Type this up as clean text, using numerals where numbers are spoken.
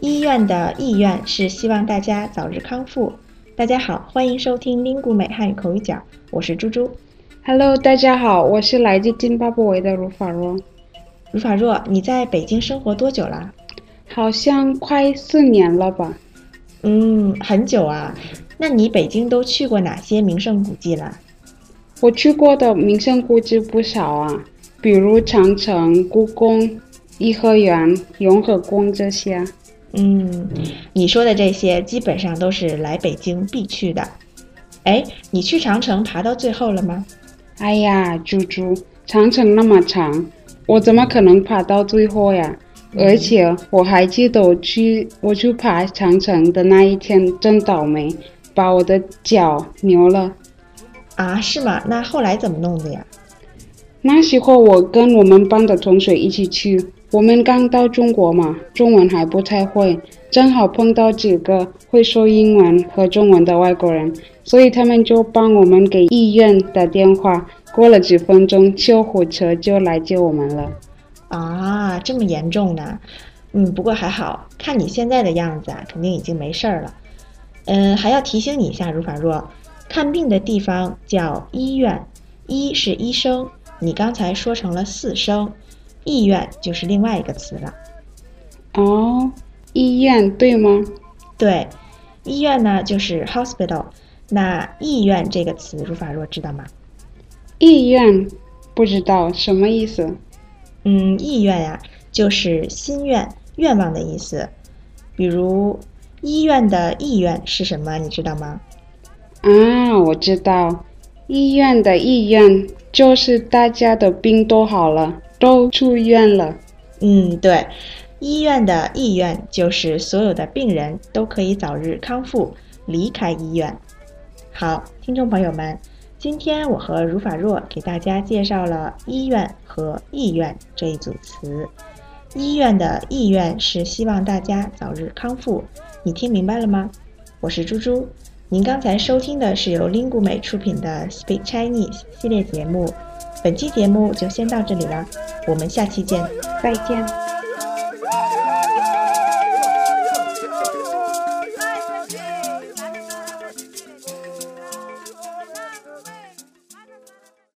医院的意愿是希望大家早日康复。大家好，欢迎收听 Lingu 美汉语口语角，我是猪猪。 Hello， 大家好，我是来自津巴布韦的如法若。 如法若，你在北京生活多久啦？ 好像快4年了吧。 很久啊。那你北京都去过哪些名胜古迹啦？ 我去过的名胜古迹不少啊，比如长城、故宫、颐和园、雍和宫这些。 你说的这些基本上都是来北京必去的。你去长城爬到最后了吗？ 哎呀，猪猪，长城那么长，我怎么可能爬到最后呀？而且我还记得我去爬长城的那一天真倒霉，把我的脚扭了。 啊，是吗？那后来怎么弄的呀？ 那时候我跟我们班的同学一起去，我们刚到中国嘛，中文还不太会，正好碰到几个会说英文和中文的外国人，所以他们就帮我们给医院打电话，过了几分钟，救护车就来接我们了。 啊，这么严重呢？不过还好，看你现在的样子啊，肯定已经没事儿了。还要提醒你一下，如法若，看病的地方叫医院，医是医生，你刚才说成了4声，医院就是另外一个词了。 哦，医院对吗？ 对，医院呢就是 hospital， 那医院这个词如法若知道吗？ 医院不知道什么意思。 意愿呀，就是心愿、愿望的意思。比如，医院的意愿是什么？你知道吗？ 啊，我知道，医院的意愿就是大家的病都好了，都出院了。 对，医院的意愿就是所有的病人都可以早日康复，离开医院。好，听众朋友们，今天我和如法若给大家介绍了医院和意愿这一组词。医院的意愿是希望大家早日康复，你听明白了吗？我是猪猪，您刚才收听的是由 Lingu 美出品的 Speak Chinese 系列节目，本期节目就先到这里了，我们下期见， 再见。